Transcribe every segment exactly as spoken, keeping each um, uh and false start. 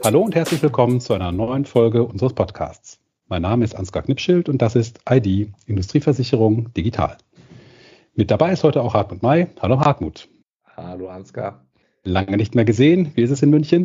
Hallo und herzlich willkommen zu einer neuen Folge unseres Podcasts. Mein Name ist Ansgar Knipschild und das ist I D, Industrieversicherung Digital. Mit dabei ist heute auch Hartmut May. Hallo Hartmut. Hallo Ansgar. Lange nicht mehr gesehen. Wie ist es in München?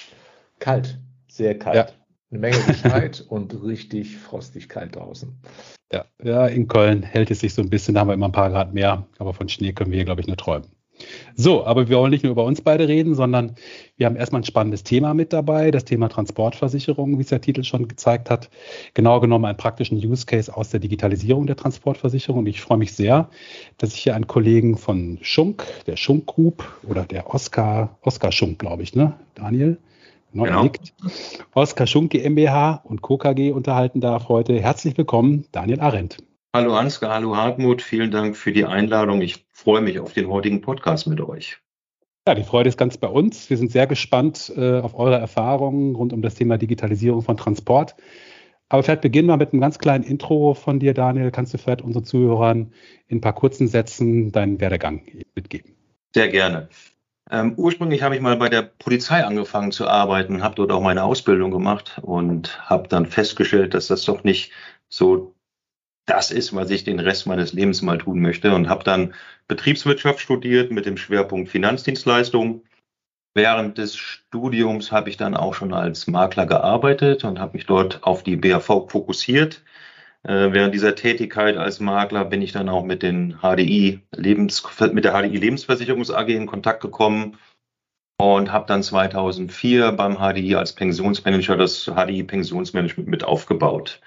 Kalt, sehr kalt. Ja. Eine Menge geschneit und richtig frostig kalt draußen. Ja, ja, in Köln hält es sich so ein bisschen, da haben wir immer ein paar Grad mehr, aber von Schnee können wir hier, glaube ich, nur träumen. So, aber wir wollen nicht nur über uns beide reden, sondern wir haben erstmal ein spannendes Thema mit dabei, das Thema Transportversicherung, wie es der Titel schon gezeigt hat. Genau genommen einen praktischen Use Case aus der Digitalisierung der Transportversicherung. Und ich freue mich sehr, dass ich hier einen Kollegen von Schunk, der Schunk Group oder der Oskar, Oskar Schunk, glaube ich, ne, Daniel? Genau. Nickt. Oskar Schunk GmbH und Co. K G unterhalten darf heute. Herzlich willkommen, Daniel Arendt. Hallo Ansgar, hallo Hartmut, vielen Dank für die Einladung. Ich freue mich auf den heutigen Podcast mit euch. Ja, die Freude ist ganz bei uns. Wir sind sehr gespannt äh, auf eure Erfahrungen rund um das Thema Digitalisierung von Transport. Aber vielleicht beginnen wir mit einem ganz kleinen Intro von dir, Daniel. Kannst du vielleicht unseren Zuhörern in ein paar kurzen Sätzen deinen Werdegang mitgeben? Sehr gerne. Ähm, ursprünglich habe ich mal bei der Polizei angefangen zu arbeiten, habe dort auch meine Ausbildung gemacht und habe dann festgestellt, dass das doch nicht so das ist, was ich den Rest meines Lebens mal tun möchte, und habe dann Betriebswirtschaft studiert mit dem Schwerpunkt Finanzdienstleistungen. Während des Studiums habe ich dann auch schon als Makler gearbeitet und habe mich dort auf die B A V fokussiert. Äh, während dieser Tätigkeit als Makler bin ich dann auch mit den H D I Lebens, mit der H D I Lebensversicherungs A G in Kontakt gekommen und habe dann zweitausendvier beim H D I als Pensionsmanager das H D I Pensionsmanagement mit aufgebaut.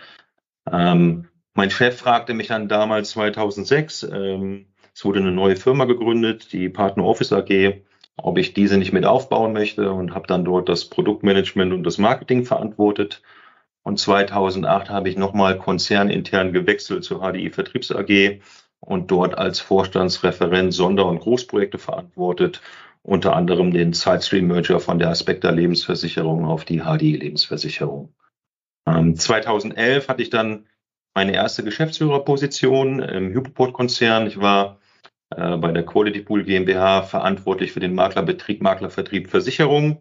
Ähm, Mein Chef fragte mich dann damals zweitausendsechs, ähm, es wurde eine neue Firma gegründet, die Partner Office A G, ob ich diese nicht mit aufbauen möchte, und habe dann dort das Produktmanagement und das Marketing verantwortet. Und zweitausendacht habe ich nochmal konzernintern gewechselt zur H D I Vertriebs A G und dort als Vorstandsreferent Sonder- und Großprojekte verantwortet, unter anderem den Sidestream-Merger von der Aspecta Lebensversicherung auf die H D I Lebensversicherung. Ähm, zweitausendelf hatte ich dann meine erste Geschäftsführerposition im Hypoport-Konzern. Ich war äh, bei der Quality Pool GmbH verantwortlich für den Maklerbetrieb, Maklervertrieb, Versicherung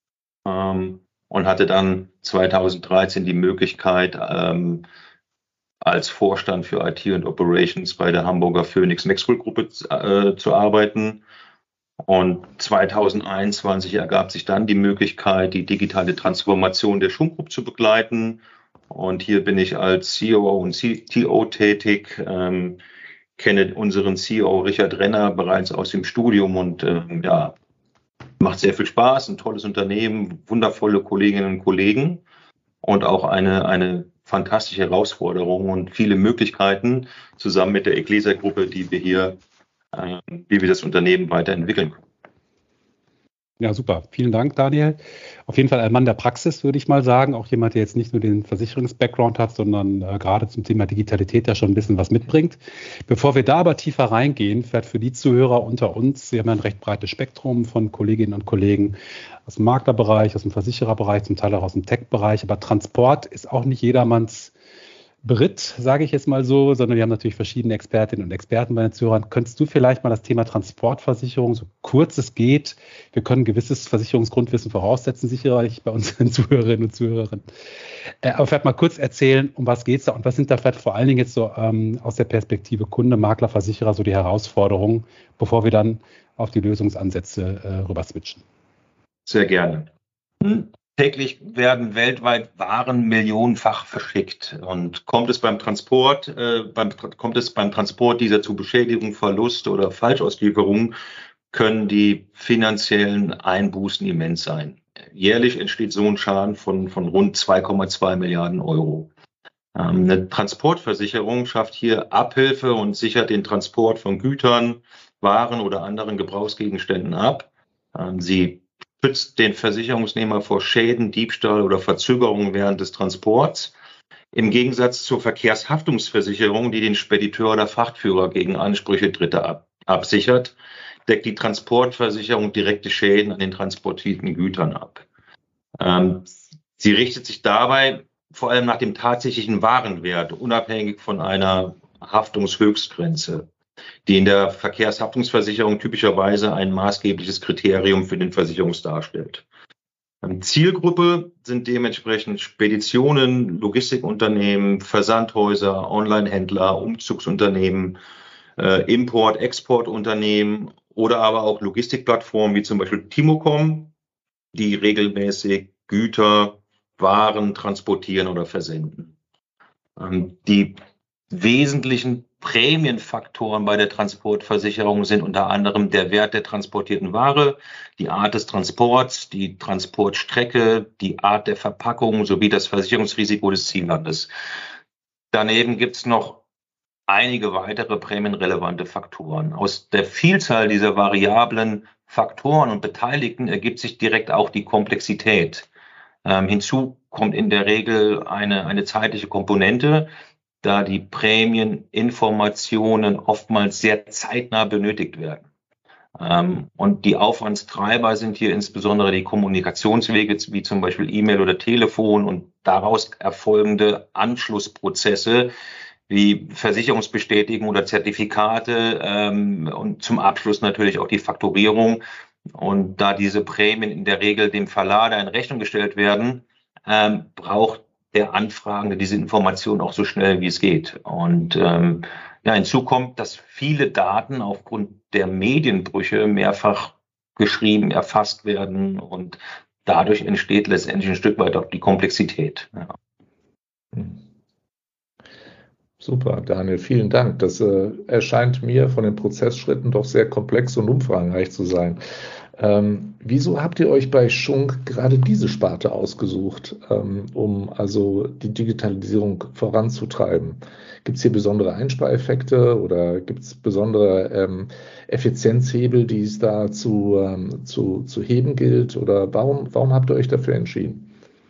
ähm, und hatte dann zweitausenddreizehn die Möglichkeit, ähm, als Vorstand für I T und Operations bei der Hamburger Phoenix Maxwell Gruppe äh, zu arbeiten. Und zweitausendeinundzwanzig ergab sich dann die Möglichkeit, die digitale Transformation der Schunk Group zu begleiten. Und hier bin ich als C O O und C T O tätig, ähm, kenne unseren C E O Richard Renner bereits aus dem Studium und ähm, ja, macht sehr viel Spaß, ein tolles Unternehmen, wundervolle Kolleginnen und Kollegen und auch eine, eine fantastische Herausforderung und viele Möglichkeiten zusammen mit der Ecclesia-Gruppe, die wir hier, äh, wie wir das Unternehmen weiterentwickeln können. Ja, super. Vielen Dank, Daniel. Auf jeden Fall ein Mann der Praxis, würde ich mal sagen. Auch jemand, der jetzt nicht nur den Versicherungs-Background hat, sondern äh, gerade zum Thema Digitalität ja schon ein bisschen was mitbringt. Bevor wir da aber tiefer reingehen, vielleicht für die Zuhörer unter uns, wir haben ja ein recht breites Spektrum von Kolleginnen und Kollegen aus dem Maklerbereich, aus dem Versichererbereich, zum Teil auch aus dem Tech-Bereich. Aber Transport ist auch nicht jedermanns Brit, sage ich jetzt mal so, sondern wir haben natürlich verschiedene Expertinnen und Experten bei den Zuhörern. Könntest du vielleicht mal das Thema Transportversicherung, so kurz es geht, wir können gewisses Versicherungsgrundwissen voraussetzen, sicherlich bei unseren Zuhörerinnen und Zuhörern, äh, aber vielleicht mal kurz erzählen, um was geht es da und was sind da vielleicht vor allen Dingen jetzt so ähm, aus der Perspektive Kunde, Makler, Versicherer so die Herausforderungen, bevor wir dann auf die Lösungsansätze äh, rüber switchen? Sehr gerne. Hm. Täglich werden weltweit Waren millionenfach verschickt, und kommt es beim Transport, äh, beim, kommt es beim Transport dieser zu Beschädigung, Verlust oder Falschauslieferung, können die finanziellen Einbußen immens sein. Jährlich entsteht so ein Schaden von, von rund zwei Komma zwei Milliarden Euro. Ähm, eine Transportversicherung schafft hier Abhilfe und sichert den Transport von Gütern, Waren oder anderen Gebrauchsgegenständen ab. Ähm, sie schützt den Versicherungsnehmer vor Schäden, Diebstahl oder Verzögerungen während des Transports. Im Gegensatz zur Verkehrshaftungsversicherung, die den Spediteur oder Frachtführer gegen Ansprüche Dritter ab, absichert, deckt die Transportversicherung direkte Schäden an den transportierten Gütern ab. Ähm, sie richtet sich dabei vor allem nach dem tatsächlichen Warenwert, unabhängig von einer Haftungshöchstgrenze, die in der Verkehrshaftungsversicherung typischerweise ein maßgebliches Kriterium für den Versicherungs darstellt. Zielgruppe sind dementsprechend Speditionen, Logistikunternehmen, Versandhäuser, Onlinehändler, Umzugsunternehmen, äh, Import-, Exportunternehmen oder aber auch Logistikplattformen wie zum Beispiel Timocom, die regelmäßig Güter, Waren transportieren oder versenden. Ähm, die wesentlichen Prämienfaktoren bei der Transportversicherung sind unter anderem der Wert der transportierten Ware, die Art des Transports, die Transportstrecke, die Art der Verpackung sowie das Versicherungsrisiko des Ziellandes. Daneben gibt es noch einige weitere prämienrelevante Faktoren. Aus der Vielzahl dieser variablen Faktoren und Beteiligten ergibt sich direkt auch die Komplexität. Ähm, hinzu kommt in der Regel eine, eine zeitliche Komponente, da die Prämieninformationen oftmals sehr zeitnah benötigt werden. Ähm, und die Aufwandstreiber sind hier insbesondere die Kommunikationswege, wie zum Beispiel E-Mail oder Telefon und daraus erfolgende Anschlussprozesse, wie Versicherungsbestätigung oder Zertifikate ähm, und zum Abschluss natürlich auch die Fakturierung. Und da diese Prämien in der Regel dem Verlader in Rechnung gestellt werden, ähm, braucht der Anfragende diese Information auch so schnell wie es geht. Und ähm, ja, hinzu kommt, dass viele Daten aufgrund der Medienbrüche mehrfach geschrieben, erfasst werden und dadurch entsteht letztendlich ein Stück weit auch die Komplexität. Ja. Super, Daniel, vielen Dank. Das äh, erscheint mir von den Prozessschritten doch sehr komplex und umfangreich zu sein. Ähm, wieso habt ihr euch bei Schunk gerade diese Sparte ausgesucht, ähm, um also die Digitalisierung voranzutreiben? Gibt es hier besondere Einspareffekte oder gibt es besondere ähm, Effizienzhebel, die es da zu, ähm, zu, zu heben gilt? Oder warum, warum habt ihr euch dafür entschieden?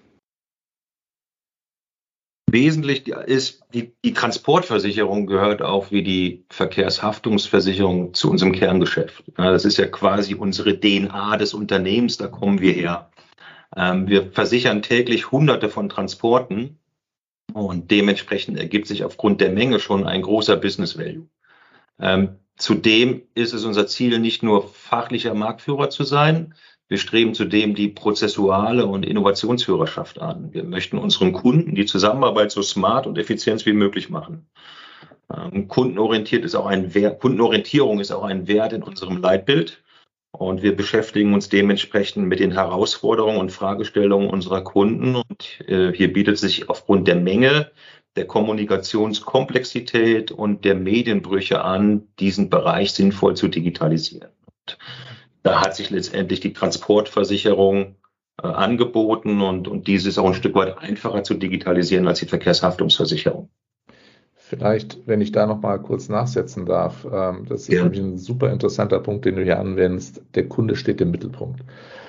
Wesentlich ist, die, die Transportversicherung gehört auch wie die Verkehrshaftungsversicherung zu unserem Kerngeschäft. Ja, das ist ja quasi unsere D N A des Unternehmens, da kommen wir her. Ähm, wir versichern täglich Hunderte von Transporten und dementsprechend ergibt sich aufgrund der Menge schon ein großer Business Value. Ähm, zudem ist es unser Ziel, nicht nur fachlicher Marktführer zu sein, wir streben zudem die prozessuale und Innovationsführerschaft an. Wir möchten unseren Kunden die Zusammenarbeit so smart und effizient wie möglich machen. Ähm, kundenorientiert ist auch ein Wert, Kundenorientierung ist auch ein Wert in unserem Leitbild. Und wir beschäftigen uns dementsprechend mit den Herausforderungen und Fragestellungen unserer Kunden. Und äh, hier bietet sich aufgrund der Menge, der Kommunikationskomplexität und der Medienbrüche an, diesen Bereich sinnvoll zu digitalisieren. Und da hat sich letztendlich die Transportversicherung äh, angeboten und, und diese ist auch ein Stück weit einfacher zu digitalisieren als die Verkehrshaftungsversicherung. Vielleicht, wenn ich da noch mal kurz nachsetzen darf, ähm, das ist Ja. nämlich ein super interessanter Punkt, den du hier anwendest. Der Kunde steht im Mittelpunkt.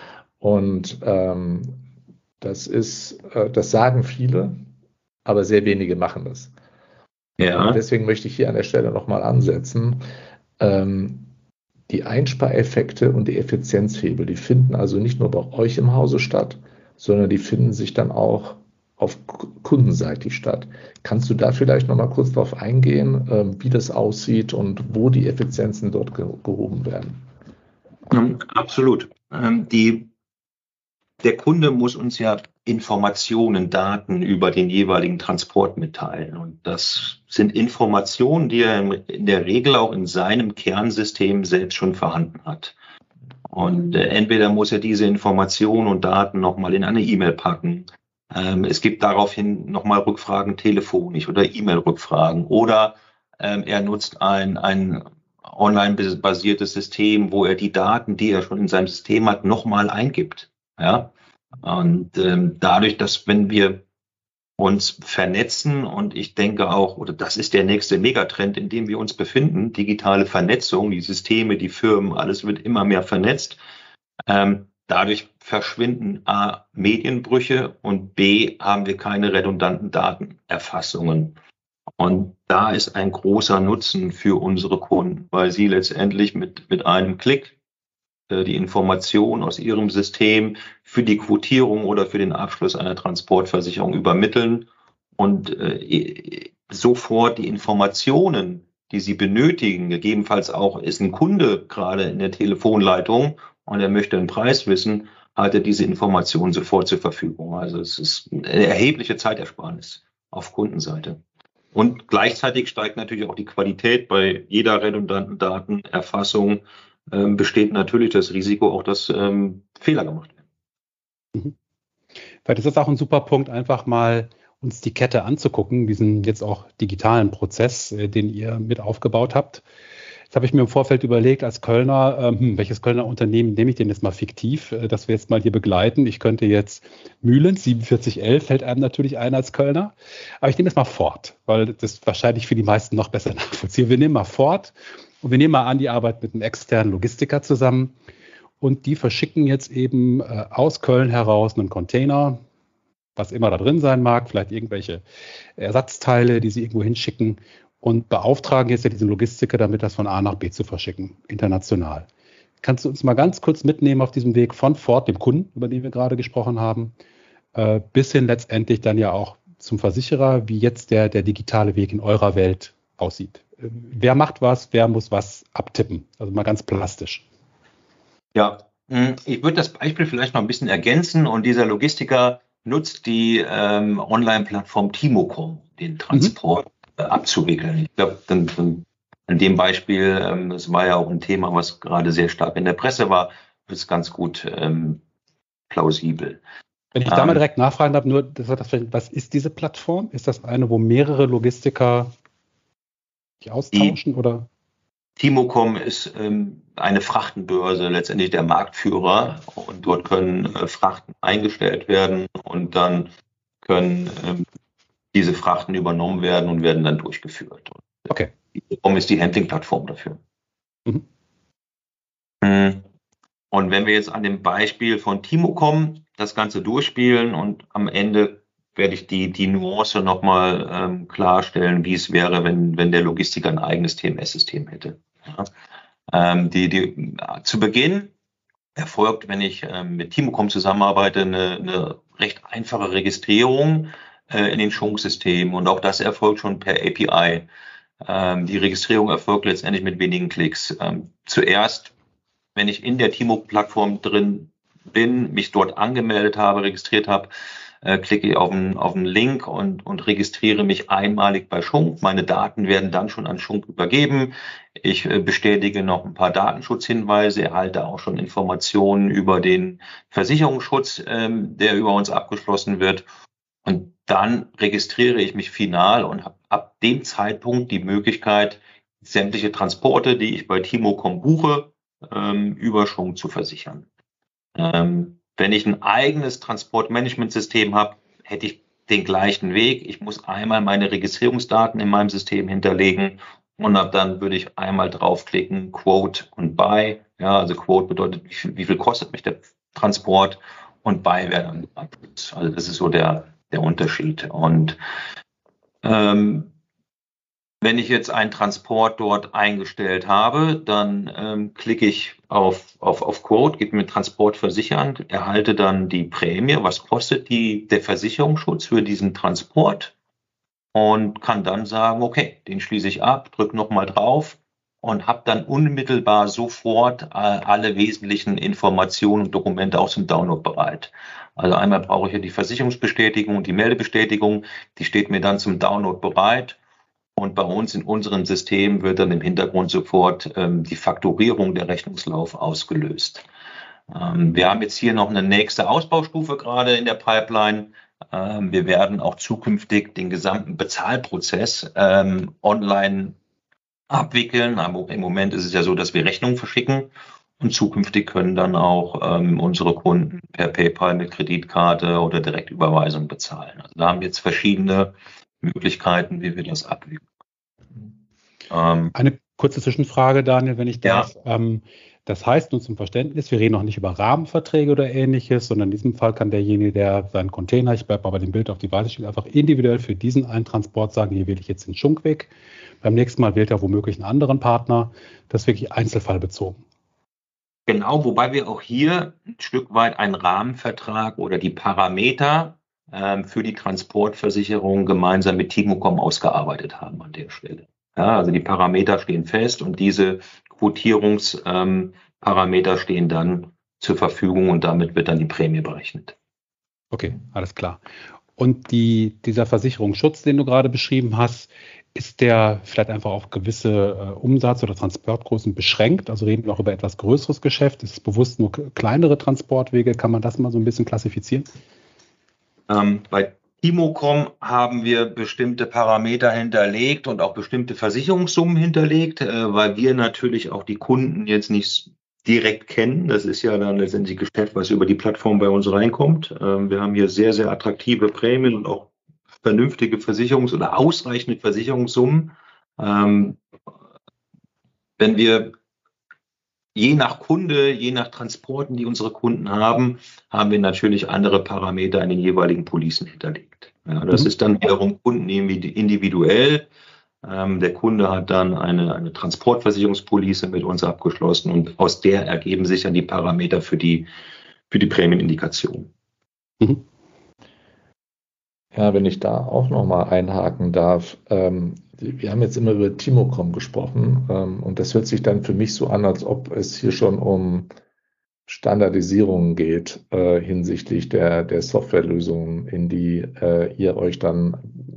Und ähm, das ist, äh, das sagen viele, aber sehr wenige machen das. Ja. Und deswegen möchte ich hier an der Stelle noch mal ansetzen. Ähm, die Einspareffekte und die Effizienzhebel, die finden also nicht nur bei euch im Hause statt, sondern die finden sich dann auch auf kundenseitig statt. Kannst du da vielleicht noch mal kurz darauf eingehen, ähm, wie das aussieht und wo die Effizienzen dort ge- gehoben werden? Absolut. Ähm, die, der Kunde muss uns ja Informationen, Daten über den jeweiligen Transport mitteilen. Und das sind Informationen, die er in der Regel auch in seinem Kernsystem selbst schon vorhanden hat. Und äh, entweder muss er diese Informationen und Daten nochmal in eine E-Mail packen. Ähm, es gibt daraufhin nochmal Rückfragen telefonisch oder E-Mail-Rückfragen. Oder ähm, er nutzt ein, ein online-basiertes System, wo er die Daten, die er schon in seinem System hat, nochmal eingibt. Ja. Und ähm, dadurch, dass wenn wir uns vernetzen und ich denke auch, oder das ist der nächste Megatrend, in dem wir uns befinden, digitale Vernetzung, die Systeme, die Firmen, alles wird immer mehr vernetzt. Ähm, dadurch verschwinden A, Medienbrüche und B, haben wir keine redundanten Datenerfassungen. Und da ist ein großer Nutzen für unsere Kunden, weil sie letztendlich mit, mit einem Klick die Information aus ihrem System für die Quotierung oder für den Abschluss einer Transportversicherung übermitteln und äh, sofort die Informationen, die sie benötigen, gegebenenfalls auch ist ein Kunde gerade in der Telefonleitung und er möchte einen Preis wissen hat er diese Informationen sofort zur Verfügung. Also es ist eine erhebliche Zeitersparnis auf Kundenseite. Und gleichzeitig steigt natürlich auch die Qualität. Bei jeder redundanten Datenerfassung ähm, besteht natürlich das Risiko auch, dass ähm, Fehler gemacht werden. Mhm. Vielleicht ist das auch ein super Punkt, einfach mal uns die Kette anzugucken, diesen jetzt auch digitalen Prozess, äh, den ihr mit aufgebaut habt. Jetzt habe ich mir im Vorfeld überlegt, als Kölner, ähm, welches Kölner Unternehmen nehme ich denn jetzt mal fiktiv, äh, dass wir jetzt mal hier begleiten. Ich könnte jetzt Mühlen, siebenundvierzig elf, fällt einem natürlich ein als Kölner. Aber ich nehme jetzt mal Ford, weil das wahrscheinlich für die meisten noch besser nachvollziehen. Wir nehmen mal Ford und wir nehmen mal an, die arbeiten mit einem externen Logistiker zusammen und die verschicken jetzt eben äh, aus Köln heraus einen Container, was immer da drin sein mag, vielleicht irgendwelche Ersatzteile, die sie irgendwo hinschicken und beauftragen jetzt ja diesen Logistiker damit, das von A nach B zu verschicken, international. Kannst du uns mal ganz kurz mitnehmen auf diesem Weg von Ford, dem Kunden, über den wir gerade gesprochen haben, äh, bis hin letztendlich dann ja auch zum Versicherer, wie jetzt der, der digitale Weg in eurer Welt aussieht? Äh, wer macht was, wer muss was abtippen? Also mal ganz plastisch. Ja, ich würde das Beispiel vielleicht noch ein bisschen ergänzen und dieser Logistiker nutzt die ähm, Online-Plattform Timocom, den Transport mhm. äh, abzuwickeln. Ich glaube, dann, dann an dem Beispiel, ähm, das war ja auch ein Thema, was gerade sehr stark in der Presse war, ist ganz gut ähm, plausibel. Wenn ich da mal direkt nachfragen darf, nur, das, das, was ist diese Plattform? Ist das eine, wo mehrere Logistiker sich austauschen? Die, oder? Timocom ist ähm, eine Frachtenbörse, letztendlich der Marktführer, und dort können äh, Frachten eingestellt werden und dann können ähm, diese Frachten übernommen werden und werden dann durchgeführt. Okay. Timocom ist die Handling-Plattform dafür. Mhm. Und wenn wir jetzt an dem Beispiel von Timocom das Ganze durchspielen und am Ende werde ich die, die Nuance nochmal ähm, klarstellen, wie es wäre, wenn, wenn der Logistiker ein eigenes T M S-System hätte. Ja. Ähm, die, die, zu Beginn erfolgt, wenn ich ähm, mit Timocom zusammenarbeite, eine, eine recht einfache Registrierung äh, in den Schunk-Systemen, und auch das erfolgt schon per A P I. Ähm, die Registrierung erfolgt letztendlich mit wenigen Klicks. Ähm, zuerst, wenn ich in der Timocom-Plattform drin bin, mich dort angemeldet habe, registriert habe, äh, klicke ich auf einen, auf einen Link und, und registriere mich einmalig bei Schunk. Meine Daten werden dann schon an Schunk übergeben. Ich äh, bestätige noch ein paar Datenschutzhinweise, erhalte auch schon Informationen über den Versicherungsschutz, ähm, der über uns abgeschlossen wird. Und dann registriere ich mich final und habe ab dem Zeitpunkt die Möglichkeit, sämtliche Transporte, die ich bei Timocom buche, ähm, über Schunk zu versichern. Ähm, wenn ich ein eigenes Transportmanagementsystem habe, hätte ich den gleichen Weg. Ich muss einmal meine Registrierungsdaten in meinem System hinterlegen und ab dann würde ich einmal draufklicken, Quote und Buy. Ja, also Quote bedeutet, wie viel, wie viel kostet mich der Transport, und Buy wäre dann Abschluss. Also das ist so der, der Unterschied. Und ähm, wenn ich jetzt einen Transport dort eingestellt habe, dann ähm, klicke ich auf, auf, auf Quote, gebe mir Transport versichern, erhalte dann die Prämie, was kostet die, der Versicherungsschutz für diesen Transport, und kann dann sagen, okay, den schließe ich ab, drücke nochmal drauf und habe dann unmittelbar sofort äh, alle wesentlichen Informationen und Dokumente auch zum Download bereit. Also einmal brauche ich ja die Versicherungsbestätigung und die Meldebestätigung, die steht mir dann zum Download bereit. Und bei uns in unserem System wird dann im Hintergrund sofort ähm, die Fakturierung der Rechnungslauf ausgelöst. Ähm, wir haben jetzt hier noch eine nächste Ausbaustufe gerade in der Pipeline. Ähm, wir werden auch zukünftig den gesamten Bezahlprozess ähm, online abwickeln. Aber im Moment ist es ja so, dass wir Rechnungen verschicken, und zukünftig können dann auch ähm, unsere Kunden per PayPal mit Kreditkarte oder Direktüberweisung bezahlen. Also da haben wir jetzt verschiedene Möglichkeiten, wie wir das abwickeln. Ähm, Eine kurze Zwischenfrage, Daniel, wenn ich darf. Ja. Ähm, das heißt, nur zum Verständnis, wir reden noch nicht über Rahmenverträge oder Ähnliches, sondern in diesem Fall kann derjenige, der seinen Container, ich bleibe mal bei dem Bild auf die Weise steht, einfach individuell für diesen einen Transport sagen, hier wähle ich jetzt den Schunk weg. Beim nächsten Mal wählt er womöglich einen anderen Partner. Das ist wirklich einzelfallbezogen. Genau, wobei wir auch hier ein Stück weit einen Rahmenvertrag oder die Parameter ähm, für die Transportversicherung gemeinsam mit Timocom ausgearbeitet haben an der Stelle. Ja, also die Parameter stehen fest und diese Quotierungsparameter ähm, stehen dann zur Verfügung und damit wird dann die Prämie berechnet. Okay, alles klar. Und die, dieser Versicherungsschutz, den du gerade beschrieben hast, ist der vielleicht einfach auf gewisse äh, Umsatz- oder Transportgrößen beschränkt? Also reden wir auch über etwas größeres Geschäft? Ist es bewusst nur kleinere Transportwege? Kann man das mal so ein bisschen klassifizieren? Ähm, bei Timocom haben wir bestimmte Parameter hinterlegt und auch bestimmte Versicherungssummen hinterlegt, äh, weil wir natürlich auch die Kunden jetzt nicht direkt kennen. Das ist ja dann letztendlich Geschäft, was über die Plattform bei uns reinkommt. Ähm, wir haben hier sehr, sehr attraktive Prämien und auch vernünftige Versicherungs- oder ausreichende Versicherungssummen. Ähm, wenn wir je nach Kunde, je nach Transporten, die unsere Kunden haben, haben wir natürlich andere Parameter in den jeweiligen Policen hinterlegt. Ja, das mhm. ist dann wiederum Kunden individuell. Ähm, der Kunde hat dann eine, eine Transportversicherungspolice mit uns abgeschlossen und aus der ergeben sich dann die Parameter für die, für die Prämienindikation. Mhm. Ja, wenn ich da auch nochmal einhaken darf, ähm, wir haben jetzt immer über Timocom gesprochen ähm, und das hört sich dann für mich so an, als ob es hier schon um Standardisierung geht äh, hinsichtlich der, der Softwarelösungen, in die äh, ihr euch dann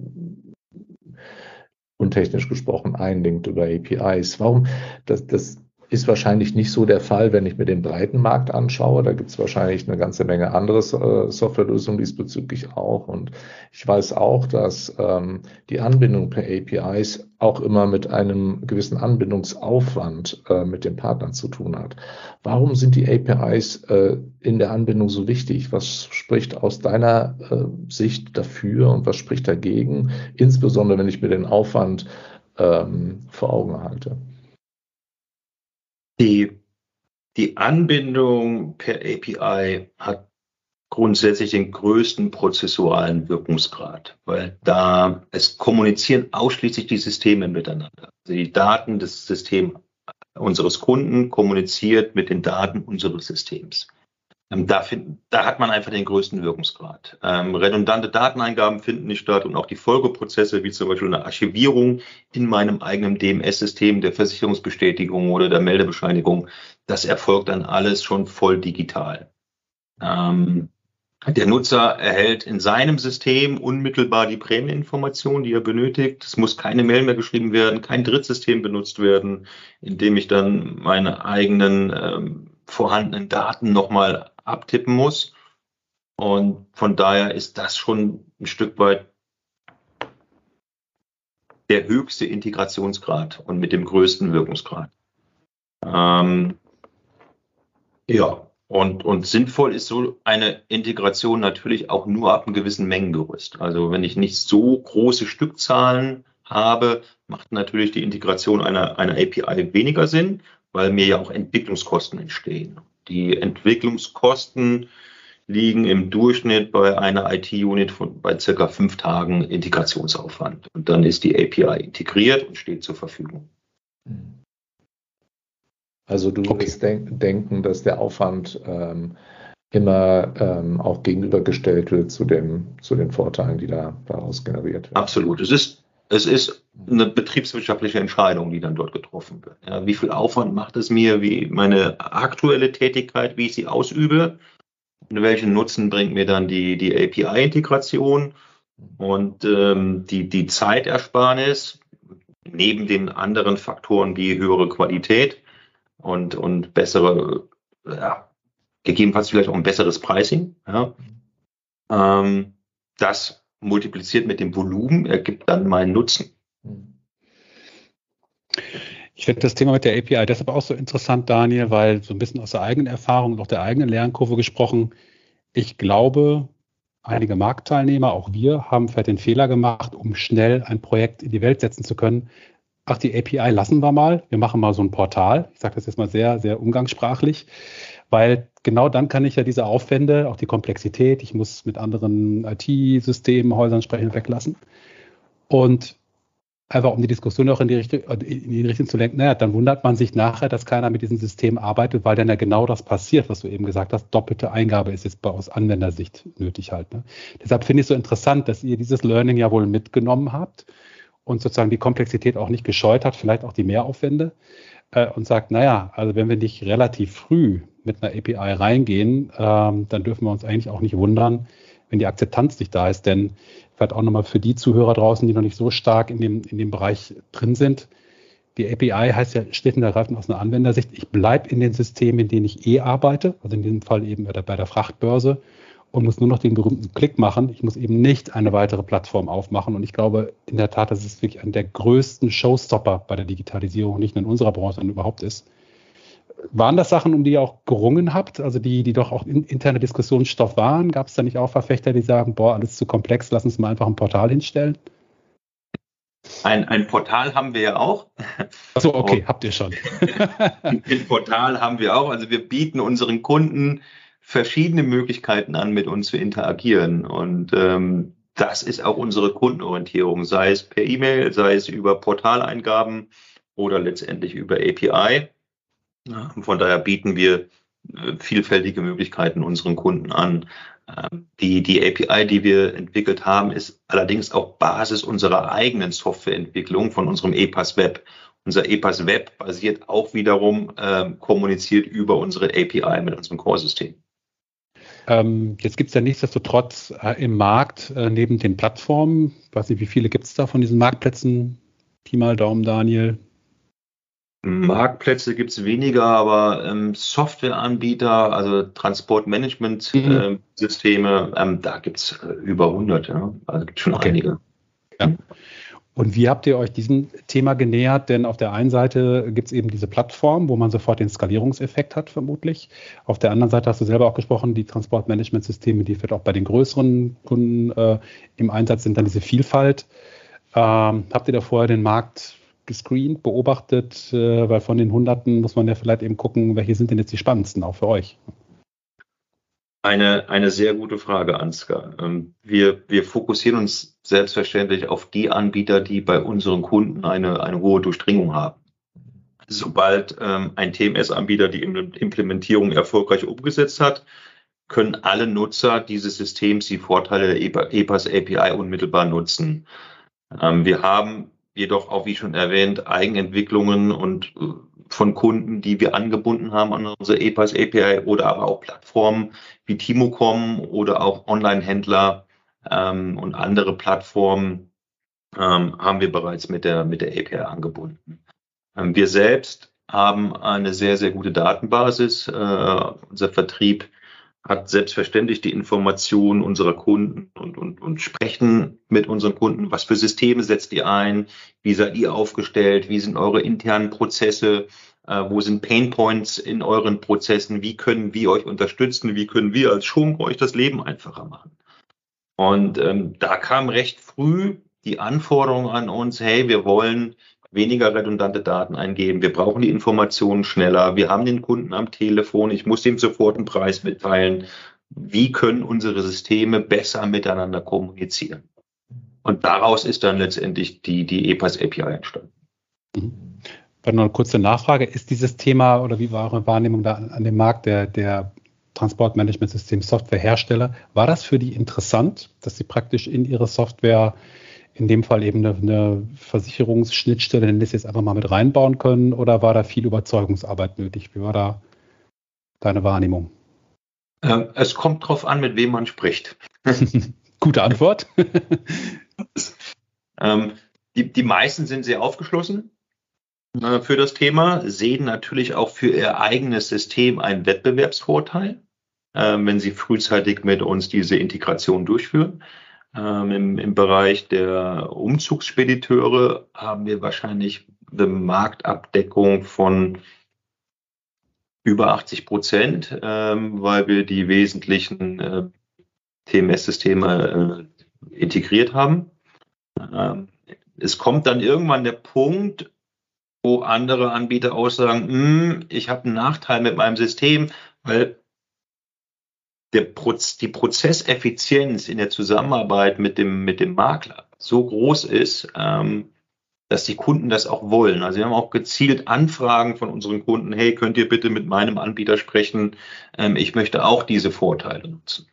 untechnisch gesprochen einlinkt über A P Is. Warum? Das, das ist wahrscheinlich nicht so der Fall, wenn ich mir den breiten Markt anschaue. Da gibt es wahrscheinlich eine ganze Menge andere äh, Softwarelösungen diesbezüglich auch. Und ich weiß auch, dass ähm, die Anbindung per A P Is auch immer mit einem gewissen Anbindungsaufwand äh, mit den Partnern zu tun hat. Warum sind die A P Is äh, in der Anbindung so wichtig? Was spricht aus deiner äh, Sicht dafür und was spricht dagegen? Insbesondere, wenn ich mir den Aufwand ähm, vor Augen halte. Die, die Anbindung per A P I hat grundsätzlich den größten prozessualen Wirkungsgrad, weil da es kommunizieren ausschließlich die Systeme miteinander. Also die Daten des Systems unseres Kunden kommuniziert mit den Daten unseres Systems. Ähm, da, find, da hat man einfach den größten Wirkungsgrad. Ähm, redundante Dateneingaben finden nicht statt und auch die Folgeprozesse, wie zum Beispiel eine Archivierung in meinem eigenen D M S-System der Versicherungsbestätigung oder der Meldebescheinigung, das erfolgt dann alles schon voll digital. Ähm, der Nutzer erhält in seinem System unmittelbar die Prämieninformation, die er benötigt. Es muss keine Mail mehr geschrieben werden, kein Drittsystem benutzt werden, in dem ich dann meine eigenen ähm, vorhandenen Daten nochmal abtippen muss. Und von daher ist das schon ein Stück weit der höchste Integrationsgrad und mit dem größten Wirkungsgrad. Ähm, ja. Und, und sinnvoll ist so eine Integration natürlich auch nur ab einem gewissen Mengengerüst. Also wenn ich nicht so große Stückzahlen habe, macht natürlich die Integration einer, einer A P I weniger Sinn, weil mir ja auch Entwicklungskosten entstehen. Die Entwicklungskosten liegen im Durchschnitt bei einer I T-Unit von bei circa fünf Tagen Integrationsaufwand. Und dann ist die A P I integriert und steht zur Verfügung. Also du würdest okay. denk, denken, dass der Aufwand ähm, immer ähm, auch gegenübergestellt wird zu, dem, zu den Vorteilen, die da daraus generiert werden. Absolut. Es ist, es ist eine betriebswirtschaftliche Entscheidung, die dann dort getroffen wird. Ja, wie viel Aufwand macht es mir, wie meine aktuelle Tätigkeit, wie ich sie ausübe, und welchen Nutzen bringt mir dann die, die A P I-Integration und ähm, die, die Zeitersparnis neben den anderen Faktoren wie höhere Qualität und, und bessere, ja, gegebenenfalls vielleicht auch ein besseres Pricing. Ja. Ähm, das multipliziert mit dem Volumen, ergibt dann meinen Nutzen. Ich finde das Thema mit der A P I deshalb auch so interessant, Daniel, weil so ein bisschen aus der eigenen Erfahrung und auch der eigenen Lernkurve gesprochen, ich glaube, einige Marktteilnehmer, auch wir, haben vielleicht den Fehler gemacht, um schnell ein Projekt in die Welt setzen zu können. Ach, die A P I lassen wir mal. Wir machen mal so ein Portal. Ich sage das jetzt mal sehr, sehr umgangssprachlich, weil genau dann kann ich ja diese Aufwände, auch die Komplexität, ich muss mit anderen I T-Systemen, Häusern sprechen, weglassen. Und einfach um die Diskussion auch in die Richtung, in die Richtung zu lenken, naja, dann wundert man sich nachher, dass keiner mit diesem System arbeitet, weil dann ja genau das passiert, was du eben gesagt hast. Doppelte Eingabe ist jetzt bei aus Anwendersicht nötig halt. Ne? Deshalb finde ich es so interessant, dass ihr dieses Learning ja wohl mitgenommen habt und sozusagen die Komplexität auch nicht gescheut hat, vielleicht auch die Mehraufwände äh, und sagt, naja, also wenn wir nicht relativ früh mit einer A P I reingehen, ähm, dann dürfen wir uns eigentlich auch nicht wundern, wenn die Akzeptanz nicht da ist. Denn vielleicht auch nochmal für die Zuhörer draußen, die noch nicht so stark in dem, in dem Bereich drin sind, die A P I heißt ja schlicht und ergreifend aus einer Anwendersicht, ich bleibe in den Systemen, in denen ich eh arbeite, also in diesem Fall eben bei der, bei der Frachtbörse, und muss nur noch den berühmten Klick machen. Ich muss eben nicht eine weitere Plattform aufmachen. Und ich glaube in der Tat, dass es wirklich einer der größten Showstopper bei der Digitalisierung, nicht nur in unserer Branche, sondern überhaupt ist. Waren das Sachen, um die ihr auch gerungen habt, also die, die doch auch in, interne Diskussionsstoff waren? Gab es da nicht auch Verfechter, die sagen, boah, alles zu komplex, lass uns mal einfach ein Portal hinstellen? Ein, ein Portal haben wir ja auch. Achso, okay, habt ihr schon. Ein Portal haben wir auch. Also wir bieten unseren Kunden verschiedene Möglichkeiten an, mit uns zu interagieren. Und ähm, das ist auch unsere Kundenorientierung, sei es per E-Mail, sei es über Portaleingaben oder letztendlich über A P I. Ja, von daher bieten wir äh, vielfältige Möglichkeiten unseren Kunden an. Ähm, die, die A P I, die wir entwickelt haben, ist allerdings auch Basis unserer eigenen Softwareentwicklung von unserem E P A S Web. Unser E P A S Web basiert auch wiederum, äh, kommuniziert über unsere A P I mit unserem Core-System. Ähm, jetzt gibt es ja nichtsdestotrotz äh, im Markt äh, neben den Plattformen, ich weiß nicht, wie viele gibt es da von diesen Marktplätzen? Pi mal Daumen, Daniel. Marktplätze gibt es weniger, aber ähm, Softwareanbieter, also Transportmanagement-Systeme, mhm. ähm, da gibt es äh, über hundert, ja? Also gibt schon okay. einige. Ja. Und wie habt ihr euch diesem Thema genähert? Denn auf der einen Seite gibt es eben diese Plattform, wo man sofort den Skalierungseffekt hat, vermutlich. Auf der anderen Seite hast du selber auch gesprochen, die Transportmanagementsysteme, die vielleicht auch bei den größeren Kunden äh, im Einsatz sind, dann diese Vielfalt. Ähm, habt ihr da vorher den Markt gescreent, beobachtet? Äh, weil von den Hunderten muss man ja vielleicht eben gucken, welche sind denn jetzt die spannendsten, auch für euch? Eine, eine sehr gute Frage, Ansgar. Wir, wir fokussieren uns selbstverständlich auf die Anbieter, die bei unseren Kunden eine, eine hohe Durchdringung haben. Sobald ähm, ein T M S-Anbieter die Implementierung erfolgreich umgesetzt hat, können alle Nutzer dieses Systems die Vorteile der E P A S A P I unmittelbar nutzen. Ähm, wir haben jedoch auch, wie schon erwähnt, Eigenentwicklungen und äh, von Kunden, die wir angebunden haben an unsere E P A S A P I oder aber auch Plattformen wie Timocom oder auch Online-Händler ähm, und andere Plattformen ähm, haben wir bereits mit der, mit der A P I angebunden. Ähm, wir selbst haben eine sehr, sehr gute Datenbasis. Äh, unser Vertrieb hat selbstverständlich die Informationen unserer Kunden und, und, und sprechen mit unseren Kunden. Was für Systeme setzt ihr ein? Wie seid ihr aufgestellt? Wie sind eure internen Prozesse? Äh, wo sind Painpoints in euren Prozessen? Wie können wir euch unterstützen? Wie können wir als Schunk euch das Leben einfacher machen? Und ähm, da kam recht früh die Anforderung an uns, hey, wir wollen weniger redundante Daten eingeben. Wir brauchen die Informationen schneller. Wir haben den Kunden am Telefon. Ich muss ihm sofort einen Preis mitteilen. Wie können unsere Systeme besser miteinander kommunizieren? Und daraus ist dann letztendlich die, die E P A S A P I entstanden. Mhm. Noch eine kurze Nachfrage. Ist dieses Thema oder wie war eure Wahrnehmung da an dem Markt der, der Transportmanagementsystem Softwarehersteller? War das für die interessant, dass sie praktisch in ihre Software in dem Fall eben eine, eine Versicherungsschnittstelle, nennen wir es jetzt einfach mal, mit reinbauen können, oder war da viel Überzeugungsarbeit nötig? Wie war da deine Wahrnehmung? Ähm, es kommt drauf an, mit wem man spricht. Gute Antwort. ähm, die, die meisten sind sehr aufgeschlossen äh, für das Thema, sehen natürlich auch für ihr eigenes System einen Wettbewerbsvorteil, äh, wenn sie frühzeitig mit uns diese Integration durchführen. Ähm, im, Im Bereich der Umzugsspediteure haben wir wahrscheinlich eine Marktabdeckung von über achtzig Prozent, ähm, weil wir die wesentlichen äh, T M S-Systeme äh, integriert haben. Ähm, es kommt dann irgendwann der Punkt, wo andere Anbieter aussagen, ich habe einen Nachteil mit meinem System, weil Der Proz- die Prozesseffizienz in der Zusammenarbeit mit dem, mit dem Makler so groß ist, ähm, dass die Kunden das auch wollen. Also wir haben auch gezielt Anfragen von unseren Kunden, hey, könnt ihr bitte mit meinem Anbieter sprechen? Ähm, ich möchte auch diese Vorteile nutzen.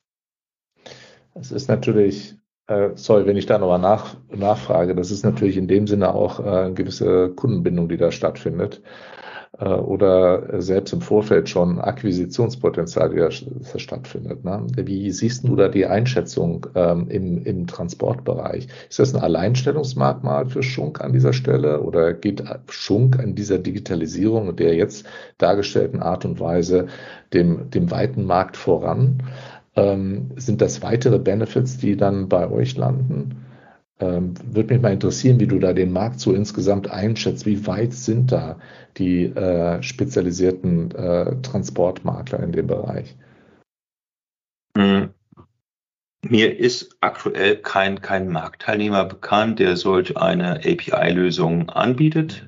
Es ist natürlich, äh, sorry, wenn ich da nochmal nach, nachfrage, das ist natürlich in dem Sinne auch äh, eine gewisse Kundenbindung, die da stattfindet. äh, oder selbst im Vorfeld schon Akquisitionspotenzial, die da stattfindet. Ne? Wie siehst du da die Einschätzung ähm, im, im Transportbereich? Ist das ein Alleinstellungsmerkmal für Schunk an dieser Stelle oder geht Schunk an dieser Digitalisierung und der jetzt dargestellten Art und Weise dem, dem weiten Markt voran? Ähm, sind das weitere Benefits, die dann bei euch landen? Ähm, würde mich mal interessieren, wie du da den Markt so insgesamt einschätzt. Wie weit sind da die äh, spezialisierten äh, Transportmakler in dem Bereich? Mhm. Mir ist aktuell kein, kein Marktteilnehmer bekannt, der solch eine A P I-Lösung anbietet.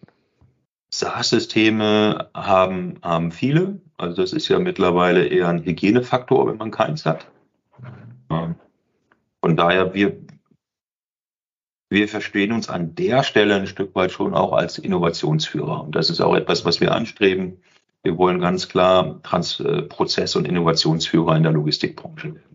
SaaS-Systeme haben, haben viele. Also das ist ja mittlerweile eher ein Hygienefaktor, wenn man keins hat. Von daher, wir, wir verstehen uns an der Stelle ein Stück weit schon auch als Innovationsführer. Und das ist auch etwas, was wir anstreben. Wir wollen ganz klar Trans- Prozess- und Innovationsführer in der Logistikbranche werden.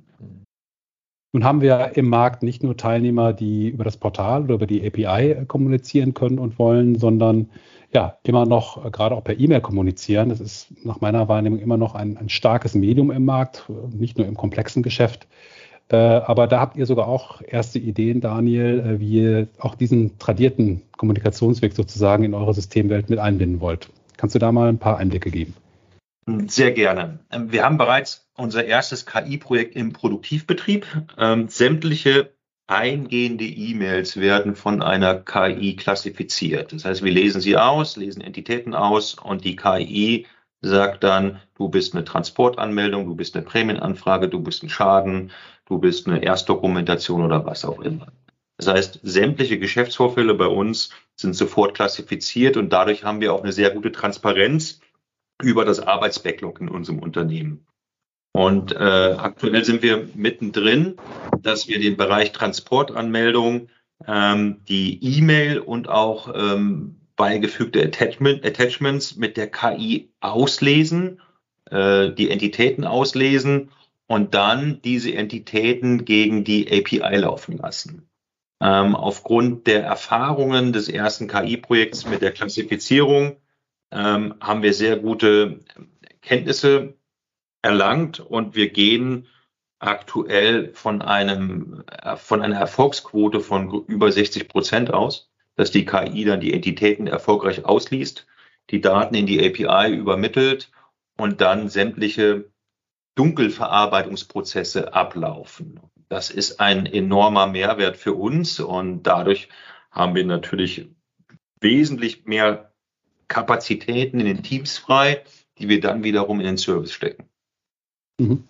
Nun haben wir im Markt nicht nur Teilnehmer, die über das Portal oder über die A P I kommunizieren können und wollen, sondern ja immer noch, gerade auch per E-Mail kommunizieren. Das ist nach meiner Wahrnehmung immer noch ein, ein starkes Medium im Markt, nicht nur im komplexen Geschäft. Äh, aber da habt ihr sogar auch erste Ideen, Daniel, äh, wie ihr auch diesen tradierten Kommunikationsweg sozusagen in eure Systemwelt mit einbinden wollt. Kannst du da mal ein paar Einblicke geben? Sehr gerne. Wir haben bereits unser erstes K I-Projekt im Produktivbetrieb. Ähm, sämtliche eingehende E-Mails werden von einer K I klassifiziert. Das heißt, wir lesen sie aus, lesen Entitäten aus und die K I sagt dann, du bist eine Transportanmeldung, du bist eine Prämienanfrage, du bist ein Schaden, du bist eine Erstdokumentation oder was auch immer. Das heißt, sämtliche Geschäftsvorfälle bei uns sind sofort klassifiziert und dadurch haben wir auch eine sehr gute Transparenz über das Arbeitsbacklog in unserem Unternehmen. Und äh, aktuell sind wir mittendrin, dass wir den Bereich Transportanmeldung, ähm, die E-Mail und auch ähm, beigefügte Attachment, Attachments mit der K I auslesen, äh, die Entitäten auslesen und dann diese Entitäten gegen die A P I laufen lassen. Ähm, aufgrund der Erfahrungen des ersten K I-Projekts mit der Klassifizierung ähm, haben wir sehr gute Kenntnisse erlangt und wir gehen aktuell von einem äh, von einer Erfolgsquote von über sechzig Prozent aus, dass die K I dann die Entitäten erfolgreich ausliest, die Daten in die A P I übermittelt und dann sämtliche Dunkelverarbeitungsprozesse ablaufen. Das ist ein enormer Mehrwert für uns und dadurch haben wir natürlich wesentlich mehr Kapazitäten in den Teams frei, die wir dann wiederum in den Service stecken. Mhm.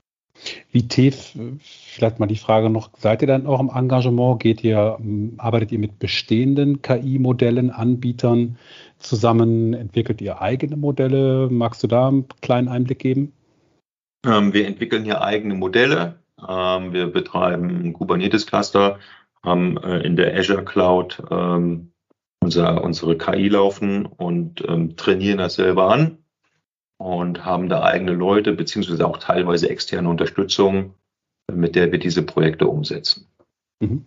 Wie tief, vielleicht mal die Frage noch, seid ihr dann auch im Engagement? Geht ihr, arbeitet ihr mit bestehenden K I-Modellen, Anbietern zusammen? Entwickelt ihr eigene Modelle? Magst du da einen kleinen Einblick geben? Ähm, wir entwickeln hier eigene Modelle. Ähm, wir betreiben ein Kubernetes-Cluster, haben äh, in der Azure Cloud ähm, unser, unsere K I laufen und ähm, trainieren das selber an und haben da eigene Leute, beziehungsweise auch teilweise externe Unterstützung, mit der wir diese Projekte umsetzen. Mhm.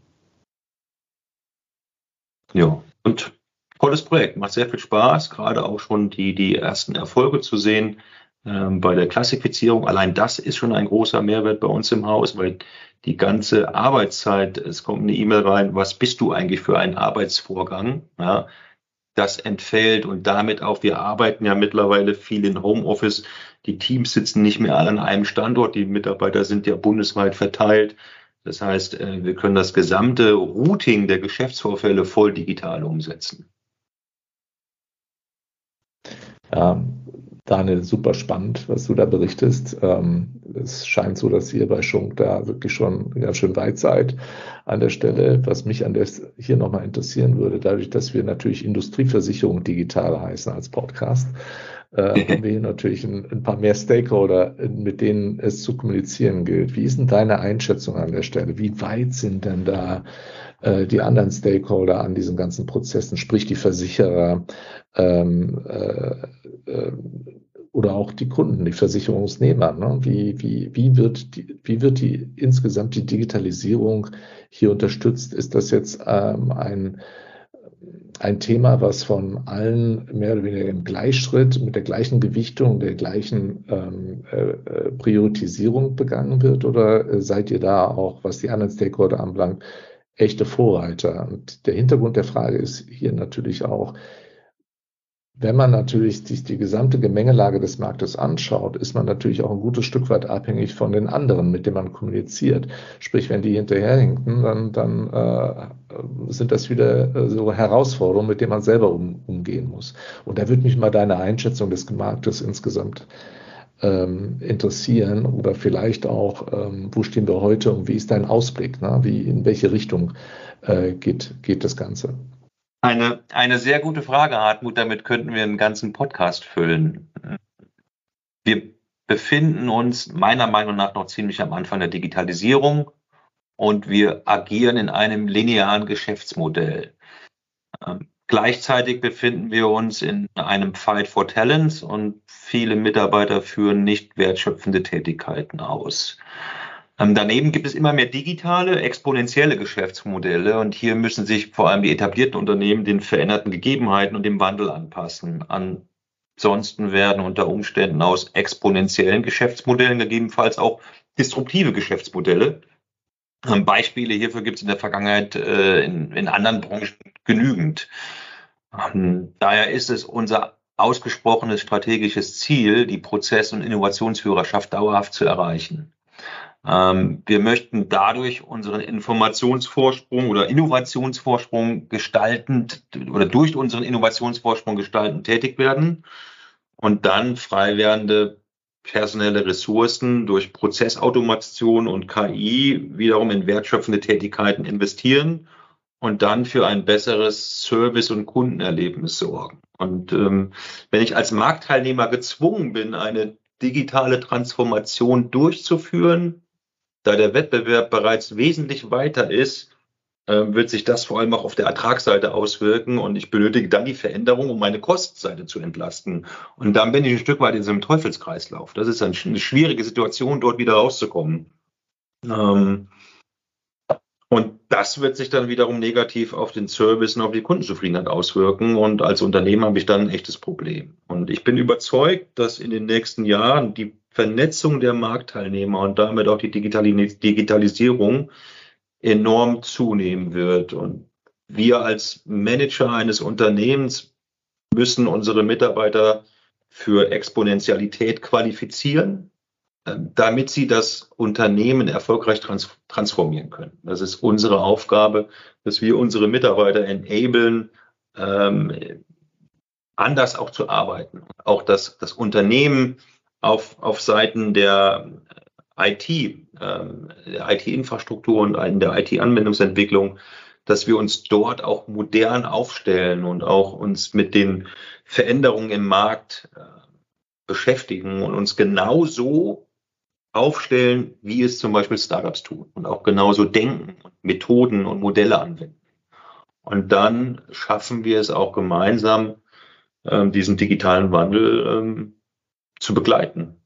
Ja, und tolles Projekt, macht sehr viel Spaß, gerade auch schon die, die ersten Erfolge zu sehen ähm, bei der Klassifizierung. Allein das ist schon ein großer Mehrwert bei uns im Haus, weil die ganze Arbeitszeit, es kommt eine E-Mail rein, was bist du eigentlich für einen Arbeitsvorgang? Ja, das entfällt und damit auch, wir arbeiten ja mittlerweile viel in Homeoffice. Die Teams sitzen nicht mehr alle an einem Standort, die Mitarbeiter sind ja bundesweit verteilt. Das heißt, wir können das gesamte Routing der Geschäftsvorfälle voll digital umsetzen. Ja, Daniel, super spannend, was du da berichtest. Ähm, es scheint so, dass ihr bei Schunk da wirklich schon ganz schön weit seid an der Stelle. Was mich an der hier nochmal interessieren würde, dadurch, dass wir natürlich Industrieversicherung digital heißen als Podcast, äh, haben wir hier natürlich ein, ein paar mehr Stakeholder, mit denen es zu kommunizieren gilt. Wie ist denn deine Einschätzung an der Stelle? Wie weit sind denn da äh, die anderen Stakeholder an diesen ganzen Prozessen, sprich die Versicherer, ähm, äh, äh, oder auch die Kunden, die Versicherungsnehmer, ne? Wie, wie, wie wird die, wie wird die insgesamt die Digitalisierung hier unterstützt? Ist das jetzt ähm, ein ein Thema, was von allen mehr oder weniger im Gleichschritt mit der gleichen Gewichtung, der gleichen ähm, äh, Priorisierung begangen wird? Oder äh, seid ihr da auch, was die anderen Stakeholder anbelangt, echte Vorreiter? Und der Hintergrund der Frage ist hier natürlich auch, wenn man natürlich sich die gesamte Gemengelage des Marktes anschaut, ist man natürlich auch ein gutes Stück weit abhängig von den anderen, mit denen man kommuniziert. Sprich, wenn die hinterherhinken, dann, dann äh, sind das wieder äh, so Herausforderungen, mit denen man selber um, umgehen muss. Und da würde mich mal deine Einschätzung des Marktes insgesamt ähm, interessieren oder vielleicht auch, ähm, wo stehen wir heute und wie ist dein Ausblick? Ne? Wie, in welche Richtung äh, geht, geht das Ganze? Eine, eine sehr gute Frage, Hartmut. Damit könnten wir einen ganzen Podcast füllen. Wir befinden uns meiner Meinung nach noch ziemlich am Anfang der Digitalisierung und wir agieren in einem linearen Geschäftsmodell. Ähm, gleichzeitig befinden wir uns in einem Fight for Talents und viele Mitarbeiter führen nicht wertschöpfende Tätigkeiten aus. Ähm, daneben gibt es immer mehr digitale, exponentielle Geschäftsmodelle und hier müssen sich vor allem die etablierten Unternehmen den veränderten Gegebenheiten und dem Wandel anpassen. Ansonsten werden unter Umständen aus exponentiellen Geschäftsmodellen gegebenenfalls auch disruptive Geschäftsmodelle. Ähm, Beispiele hierfür gibt es in der Vergangenheit äh, in, in anderen Branchen genügend. Ähm, daher ist es unser ausgesprochenes strategisches Ziel, die Prozess- und Innovationsführerschaft dauerhaft zu erreichen. Wir möchten dadurch unseren Informationsvorsprung oder Innovationsvorsprung gestaltend oder durch unseren Innovationsvorsprung gestaltend tätig werden und dann frei werdende personelle Ressourcen durch Prozessautomation und K I wiederum in wertschöpfende Tätigkeiten investieren und dann für ein besseres Service- und Kundenerlebnis sorgen. Und ähm, wenn ich als Marktteilnehmer gezwungen bin, eine digitale Transformation durchzuführen, da der Wettbewerb bereits wesentlich weiter ist, wird sich das vor allem auch auf der Ertragsseite auswirken und ich benötige dann die Veränderung, um meine Kostenseite zu entlasten. Und dann bin ich ein Stück weit in so einem Teufelskreislauf. Das ist eine schwierige Situation, dort wieder rauszukommen. Und das wird sich dann wiederum negativ auf den Service und auf die Kundenzufriedenheit auswirken. Und als Unternehmen habe ich dann ein echtes Problem. Und ich bin überzeugt, dass in den nächsten Jahren die Vernetzung der Marktteilnehmer und damit auch die Digitalisierung enorm zunehmen wird. Und wir als Manager eines Unternehmens müssen unsere Mitarbeiter für Exponentialität qualifizieren, damit sie das Unternehmen erfolgreich trans- transformieren können. Das ist unsere Aufgabe, dass wir unsere Mitarbeiter enablen, ähm, anders auch zu arbeiten. Auch das, das Unternehmen auf, auf Seiten der I T, ähm, der I T-Infrastruktur und in der I T-Anwendungsentwicklung, dass wir uns dort auch modern aufstellen und auch uns mit den Veränderungen im Markt äh, beschäftigen und uns genauso aufstellen, wie es zum Beispiel Startups tun und auch genauso denken, Methoden und Modelle anwenden. Und dann schaffen wir es auch gemeinsam, ähm, diesen digitalen Wandel ähm, zu begleiten.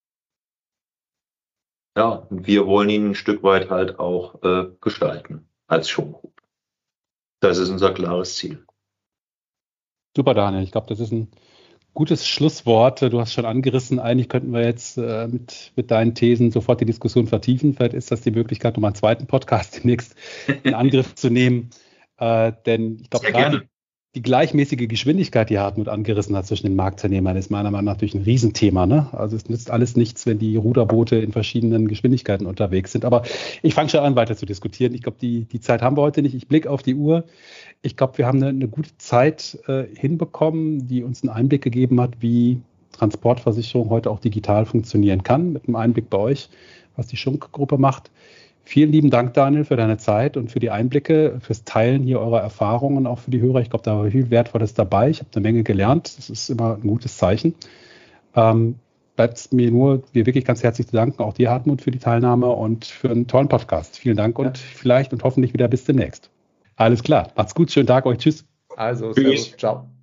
Ja, und wir wollen ihn ein Stück weit halt auch äh, gestalten als Schunk Group. Das ist unser klares Ziel. Super, Daniel. Ich glaube, das ist ein gutes Schlusswort. Du hast schon angerissen, eigentlich könnten wir jetzt äh, mit, mit deinen Thesen sofort die Diskussion vertiefen. Vielleicht ist das die Möglichkeit, nochmal einen zweiten Podcast demnächst in Angriff zu nehmen. Äh, denn ich glaube, gerade die, die gleichmäßige Geschwindigkeit, die Hartmut angerissen hat zwischen den Marktteilnehmern, ist meiner Meinung nach natürlich ein Riesenthema. Ne? Also es nützt alles nichts, wenn die Ruderboote in verschiedenen Geschwindigkeiten unterwegs sind. Aber ich fange schon an, weiter zu diskutieren. Ich glaube, die, die Zeit haben wir heute nicht. Ich blicke auf die Uhr. Ich glaube, wir haben eine, eine gute Zeit äh, hinbekommen, die uns einen Einblick gegeben hat, wie Transportversicherung heute auch digital funktionieren kann, mit einem Einblick bei euch, was die Schunk-Gruppe macht. Vielen lieben Dank, Daniel, für deine Zeit und für die Einblicke, fürs Teilen hier eurer Erfahrungen, auch für die Hörer. Ich glaube, da war viel Wertvolles dabei. Ich habe eine Menge gelernt. Das ist immer ein gutes Zeichen. Ähm, bleibt es mir nur, dir wirklich ganz herzlich zu danken, auch dir, Hartmut, für die Teilnahme und für einen tollen Podcast. Vielen Dank und ja. vielleicht und hoffentlich wieder bis demnächst. Alles klar. Macht's gut. Schönen Tag euch. Tschüss. Also, servus. Ciao.